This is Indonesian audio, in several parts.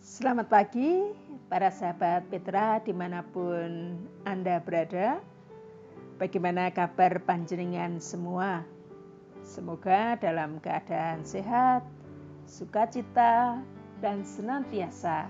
Selamat pagi para sahabat Petra dimanapun Anda berada. Bagaimana kabar panjenengan semua? Semoga dalam keadaan sehat, sukacita, dan senantiasa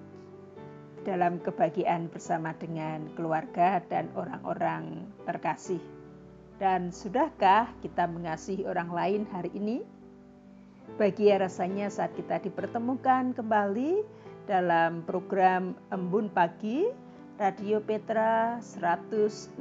dalam kebahagiaan bersama dengan keluarga dan orang-orang terkasih. Dan sudahkah kita mengasihi orang lain hari ini? Bahagia rasanya saat kita dipertemukan kembali dalam program Embun Pagi Radio Petra 105,7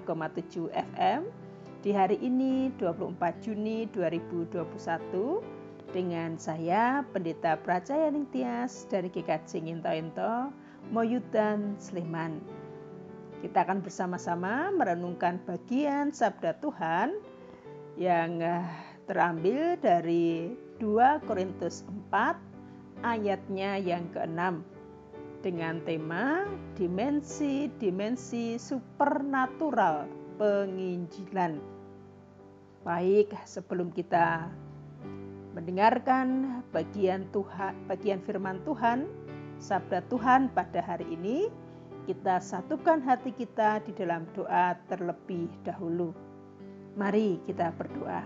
FM di hari ini 24 Juni 2021 dengan saya Pendeta Pracaya Ningtyas dari GKJ Nginto-Ento, Moyudan, Sleman. Kita akan bersama-sama merenungkan bagian Sabda Tuhan yang terambil dari 2 Korintus 4 ayatnya yang ke-6 dengan tema dimensi-dimensi supernatural penginjilan. Baik, sebelum kita mendengarkan bagian firman Tuhan, sabda Tuhan pada hari ini, kita satukan hati kita di dalam doa terlebih dahulu. Mari kita berdoa.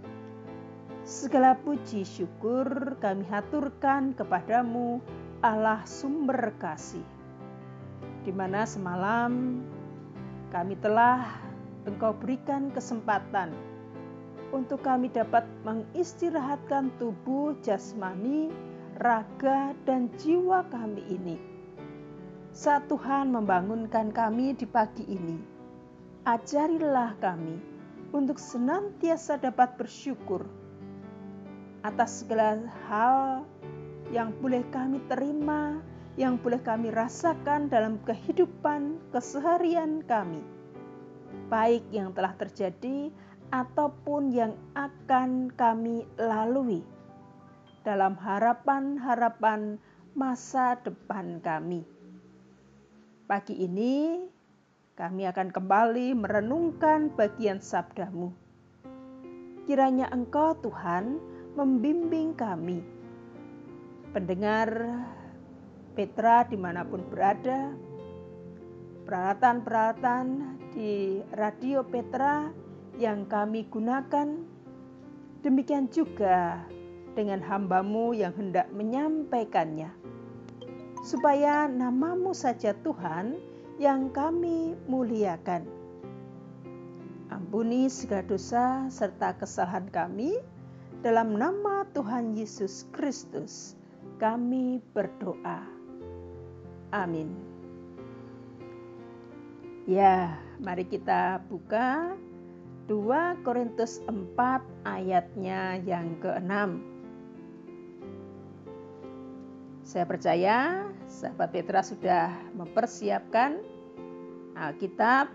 Segala puji syukur kami haturkan kepadamu, Allah sumber kasih, di mana semalam kami telah Engkau berikan kesempatan untuk kami dapat mengistirahatkan tubuh, jasmani, raga, dan jiwa kami ini. Saat Tuhan membangunkan kami di pagi ini, ajarilah kami untuk senantiasa dapat bersyukur atas segala hal yang boleh kami terima, yang boleh kami rasakan dalam kehidupan keseharian kami, baik yang telah terjadi ataupun yang akan kami lalui dalam harapan-harapan masa depan kami. Pagi ini kami akan kembali merenungkan bagian sabda-Mu. Kiranya Engkau Tuhan membimbing kami, pendengar Petra dimanapun berada, peralatan-peralatan di Radio Petra yang kami gunakan, demikian juga dengan hamba-Mu yang hendak menyampaikannya, supaya nama-Mu saja Tuhan yang kami muliakan. Ampuni segala dosa serta kesalahan kami, dalam nama Tuhan Yesus Kristus kami berdoa. Amin. Ya, mari kita buka 2 Korintus 4 ayatnya yang ke-6. Saya percaya sahabat Petra sudah mempersiapkan Alkitab,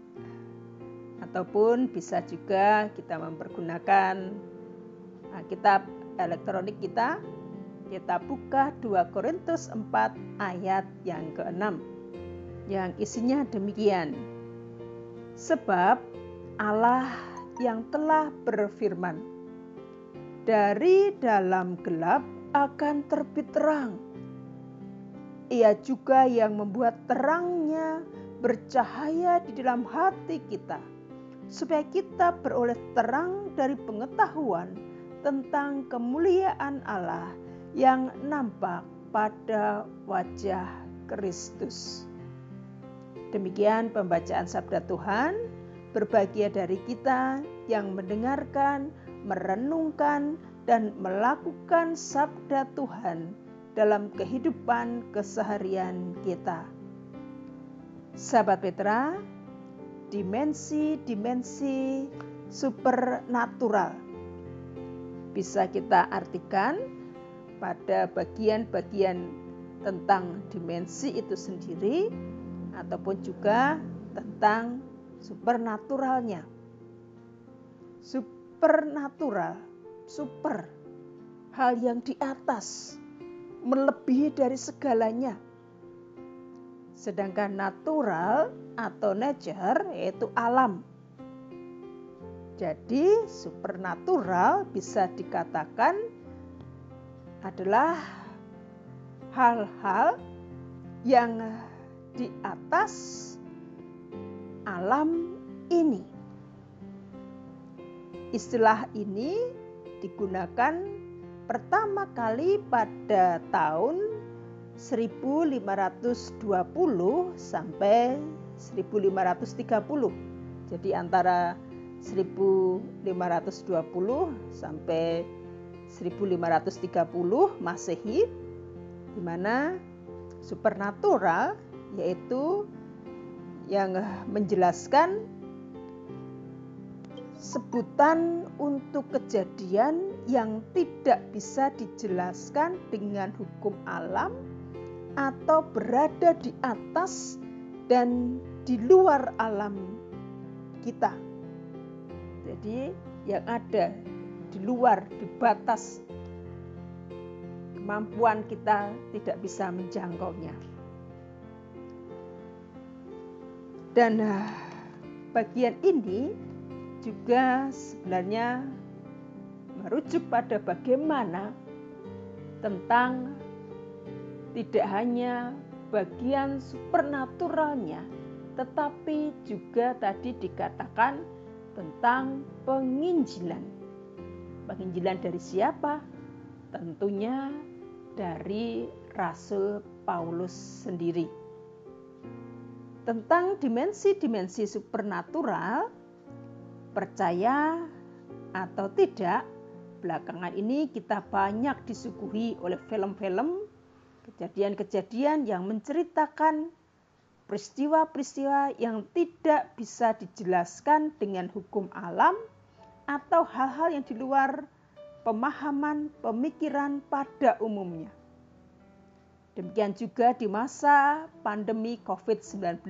ataupun bisa juga kita mempergunakan Alkitab elektronik kita. Kita buka 2 Korintus 4 ayat yang ke-6 yang isinya demikian. Sebab Allah yang telah berfirman, dari dalam gelap akan terbit terang. Ia juga yang membuat terangnya bercahaya di dalam hati kita, supaya kita beroleh terang dari pengetahuan tentang kemuliaan Allah yang nampak pada wajah Kristus. Demikian pembacaan sabda Tuhan. Berbahagia dari kita yang mendengarkan, merenungkan, dan melakukan sabda Tuhan dalam kehidupan keseharian kita. Sahabat Petra, dimensi-dimensi supernatural bisa kita artikan pada bagian-bagian tentang dimensi itu sendiri, ataupun juga tentang supernaturalnya. Supernatural, super, hal yang di atas, melebihi dari segalanya. Sedangkan natural atau nature yaitu alam. Jadi supernatural bisa dikatakan adalah hal-hal yang di atas alam ini. Istilah ini digunakan pertama kali pada tahun 1520 sampai 1530. Jadi antara 1520 sampai 1530 Masehi, di mana supernatural yaitu yang menjelaskan sebutan untuk kejadian yang tidak bisa dijelaskan dengan hukum alam atau berada di atas dan di luar alam kita. Jadi yang ada di luar, di batas kemampuan kita tidak bisa menjangkaunya. Dan bagian ini juga sebenarnya merujuk pada bagaimana tentang tidak hanya bagian supernaturalnya, tetapi juga tadi dikatakan tentang penginjilan. Penginjilan dari siapa? Tentunya dari Rasul Paulus sendiri. Tentang dimensi-dimensi supernatural, percaya atau tidak, belakangan ini kita banyak disuguhi oleh film-film, kejadian-kejadian yang menceritakan peristiwa-peristiwa yang tidak bisa dijelaskan dengan hukum alam atau hal-hal yang di luar pemahaman, pemikiran pada umumnya. Demikian juga di masa pandemi COVID-19.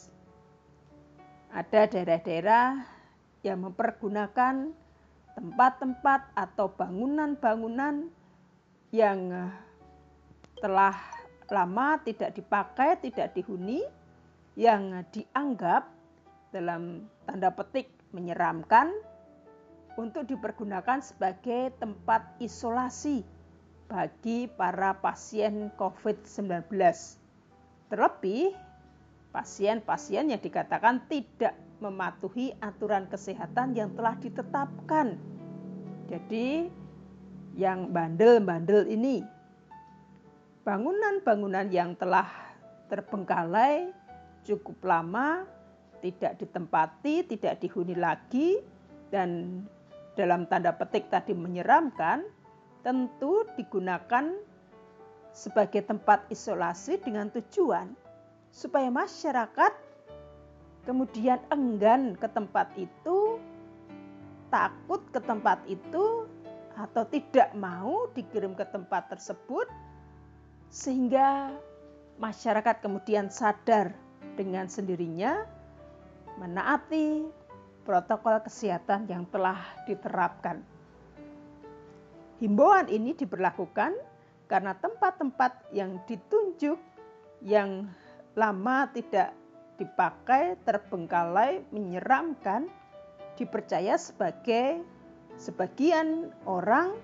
Ada daerah-daerah yang mempergunakan tempat-tempat atau bangunan-bangunan yang telah lama tidak dipakai, tidak dihuni, yang dianggap dalam tanda petik menyeramkan untuk dipergunakan sebagai tempat isolasi bagi para pasien COVID-19. Terlebih pasien-pasien yang dikatakan tidak mematuhi aturan kesehatan yang telah ditetapkan. Jadi yang bandel-bandel ini, bangunan-bangunan yang telah terbengkalai cukup lama, tidak ditempati, tidak dihuni lagi, dan dalam tanda petik tadi menyeramkan, tentu digunakan sebagai tempat isolasi dengan tujuan supaya masyarakat kemudian enggan ke tempat itu, takut ke tempat itu, atau tidak mau dikirim ke tempat tersebut, sehingga masyarakat kemudian sadar dengan sendirinya menaati protokol kesehatan yang telah diterapkan. Himbauan ini diberlakukan karena tempat-tempat yang ditunjuk yang lama tidak dipakai, terbengkalai, menyeramkan, dipercaya sebagai sebagian orang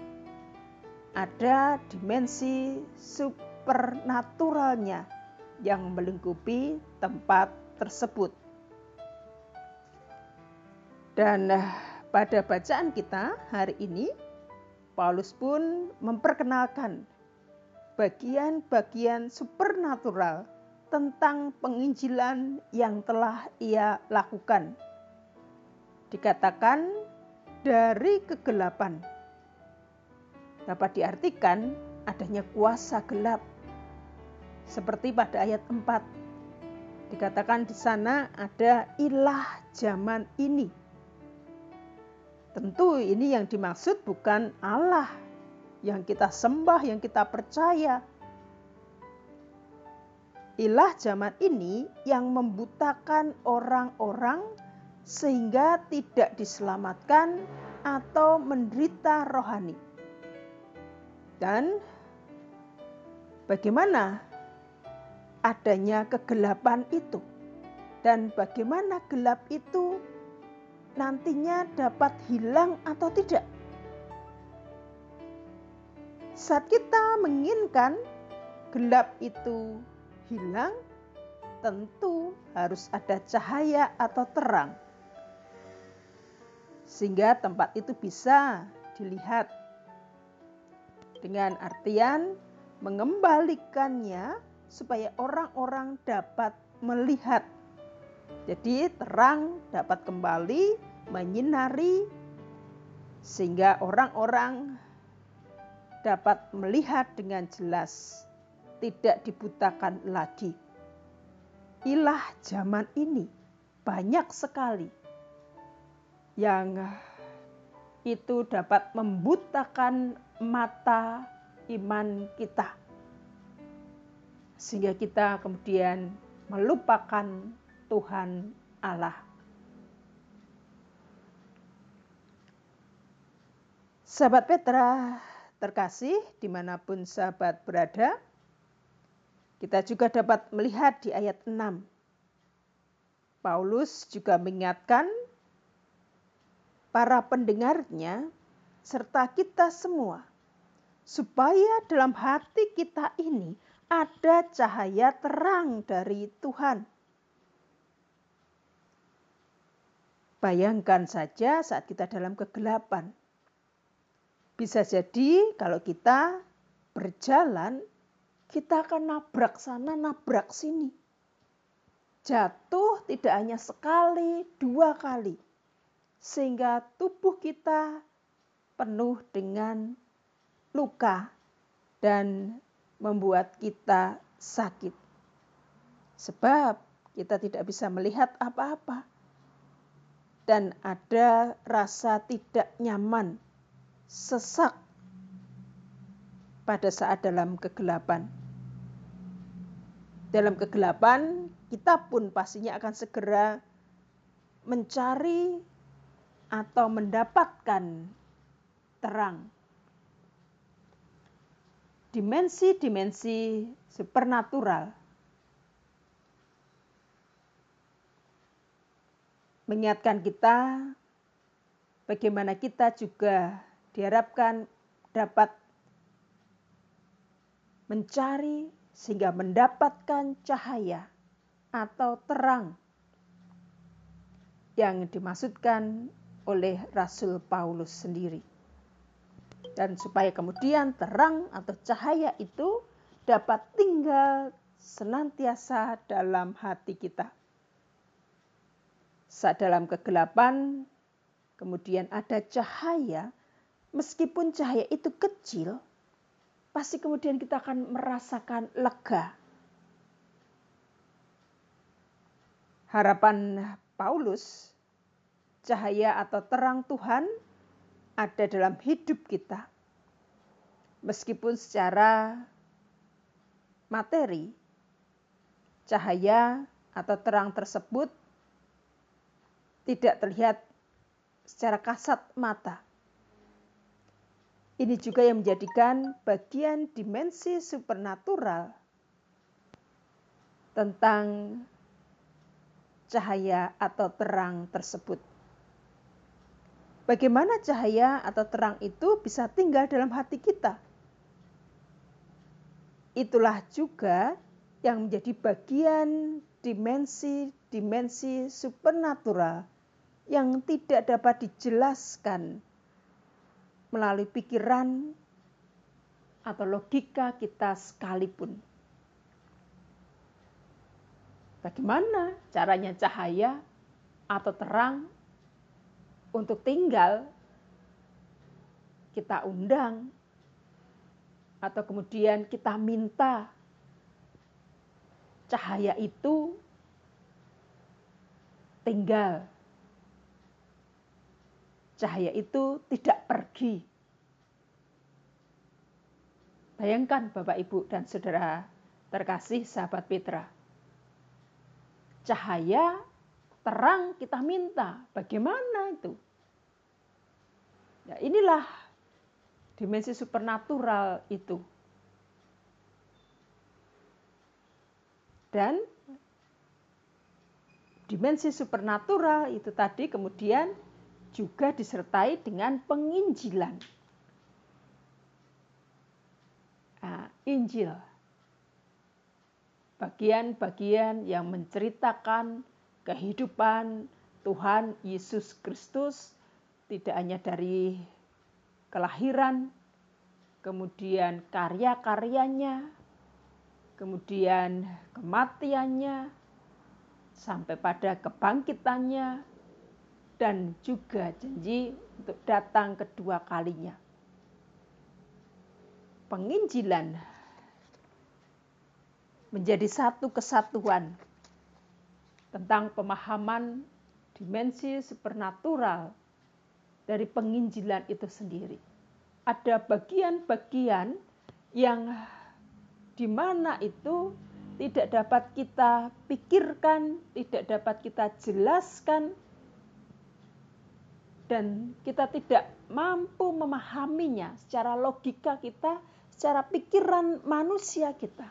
ada dimensi supernaturalnya yang melingkupi tempat tersebut. Dan pada bacaan kita hari ini, Paulus pun memperkenalkan bagian-bagian supernatural tentang penginjilan yang telah ia lakukan. Dikatakan dari kegelapan. Dapat diartikan adanya kuasa gelap. Seperti pada ayat 4. Dikatakan di sana ada ilah zaman ini. Tentu ini yang dimaksud bukan Allah yang kita sembah, yang kita percaya. Ilah zaman ini yang membutakan orang-orang sehingga tidak diselamatkan atau menderita rohani. Dan bagaimana adanya kegelapan itu? Dan bagaimana gelap itu nantinya dapat hilang atau tidak? Saat kita menginginkan gelap itu hilang, tentu harus ada cahaya atau terang. Sehingga tempat itu bisa dilihat. Dengan artian mengembalikannya supaya orang-orang dapat melihat. Jadi terang dapat kembali menyinari sehingga orang-orang dapat melihat dengan jelas, tidak dibutakan lagi. Ilah zaman ini banyak sekali yang itu dapat membutakan mata iman kita, sehingga kita kemudian melupakan Tuhan Allah. Sahabat Petra terkasih, dimanapun sahabat berada, kita juga dapat melihat di ayat 6. Paulus juga mengingatkan para pendengarnya serta kita semua, supaya dalam hati kita ini ada cahaya terang dari Tuhan. Bayangkan saja saat kita dalam kegelapan. Bisa jadi kalau kita berjalan, kita akan nabrak sana, nabrak sini. Jatuh tidak hanya sekali, 2 kali. Sehingga tubuh kita penuh dengan luka dan membuat kita sakit. Sebab kita tidak bisa melihat apa-apa. Dan ada rasa tidak nyaman, sesak pada saat dalam kegelapan. Dalam kegelapan, kita pun pastinya akan segera mencari atau mendapatkan terang. Dimensi-dimensi supernatural mengingatkan kita bagaimana kita juga diharapkan dapat mencari sehingga mendapatkan cahaya atau terang yang dimaksudkan oleh Rasul Paulus sendiri. Dan supaya kemudian terang atau cahaya itu dapat tinggal senantiasa dalam hati kita. Saat dalam kegelapan, kemudian ada cahaya, meskipun cahaya itu kecil, pasti kemudian kita akan merasakan lega. Harapan Paulus, cahaya atau terang Tuhan ada dalam hidup kita. Meskipun secara materi, cahaya atau terang tersebut tidak terlihat secara kasat mata. Ini juga yang menjadikan bagian dimensi supernatural tentang cahaya atau terang tersebut. Bagaimana cahaya atau terang itu bisa tinggal dalam hati kita? Itulah juga yang menjadi bagian dimensi supernatural yang tidak dapat dijelaskan melalui pikiran atau logika kita sekalipun. Bagaimana caranya cahaya atau terang untuk tinggal? Kita undang atau kemudian kita minta cahaya itu tinggal. Cahaya itu tidak pergi. Bayangkan Bapak, Ibu, dan Saudara terkasih sahabat Petra. Cahaya, terang kita minta. Bagaimana itu? Ya, inilah dimensi supernatural itu. Dan dimensi supernatural itu tadi kemudian juga disertai dengan penginjilan. Injil. bagian-bagian yang menceritakan kehidupan Tuhan Yesus Kristus, tidak hanya dari kelahiran, kemudian karya-karyanya, kemudian kematiannya, sampai pada kebangkitannya, dan juga janji untuk datang kedua kalinya. Penginjilan menjadi satu kesatuan tentang pemahaman dimensi supernatural dari penginjilan itu sendiri. Ada bagian-bagian yang di mana itu tidak dapat kita pikirkan, tidak dapat kita jelaskan, dan kita tidak mampu memahaminya secara logika kita, secara pikiran manusia kita.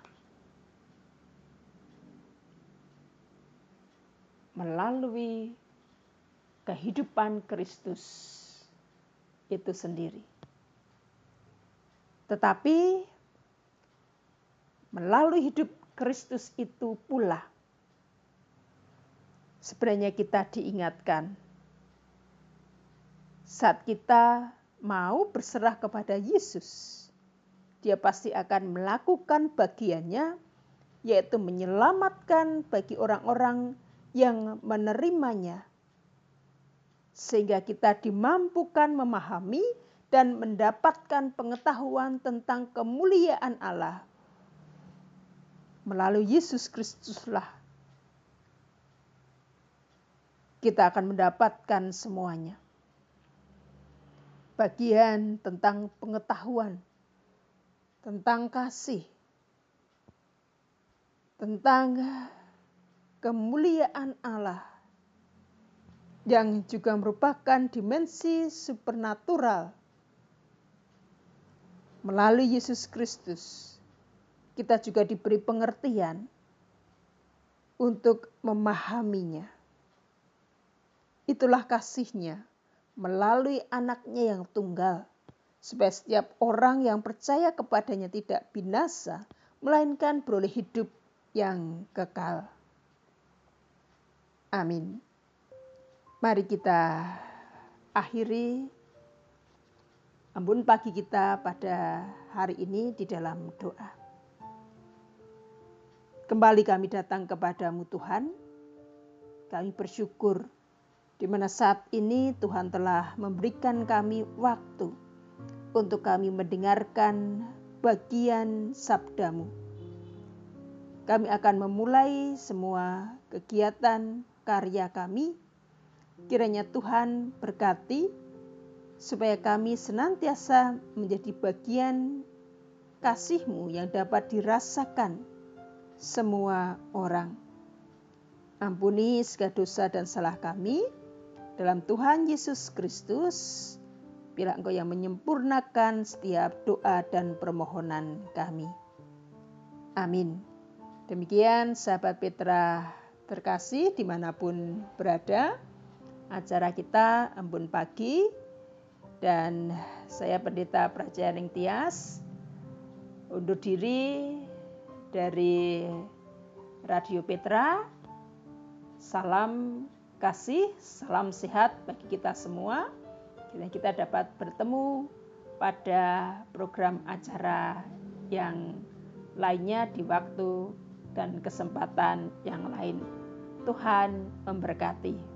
Melalui kehidupan Kristus itu sendiri. Tetapi melalui hidup Kristus itu pula sebenarnya kita diingatkan saat kita mau berserah kepada Yesus, Dia pasti akan melakukan bagiannya, yaitu menyelamatkan bagi orang-orang yang menerimanya, sehingga kita dimampukan memahami dan mendapatkan pengetahuan tentang kemuliaan Allah. Melalui Yesus Kristuslah kita akan mendapatkan semuanya. Bagian tentang pengetahuan, tentang kasih, tentang kemuliaan Allah, yang juga merupakan dimensi supernatural. Melalui Yesus Kristus, kita juga diberi pengertian untuk memahaminya. Itulah kasih-Nya melalui anaknya yang tunggal, supaya setiap orang yang percaya kepadanya tidak binasa, melainkan beroleh hidup yang kekal. Amin. Mari kita akhiri ambun pagi kita pada hari ini di dalam doa. Kembali kami datang kepadamu Tuhan, kami bersyukur di mana saat ini Tuhan telah memberikan kami waktu untuk kami mendengarkan bagian sabda-Mu. Kami akan memulai semua kegiatan karya kami. Kiranya Tuhan berkati supaya kami senantiasa menjadi bagian kasih-Mu yang dapat dirasakan semua orang. Ampuni segala dosa dan salah kami. Dalam Tuhan Yesus Kristus, bila Engkau yang menyempurnakan setiap doa dan permohonan kami. Amin. Demikian sahabat Petra terkasih dimanapun berada, acara kita Embun Pagi, dan saya Pendeta Prajayaning Tias undur diri dari Radio Petra. Salam kasih, salam sehat bagi kita semua. Kita dapat bertemu pada program acara yang lainnya di waktu dan kesempatan yang lain. Tuhan memberkati.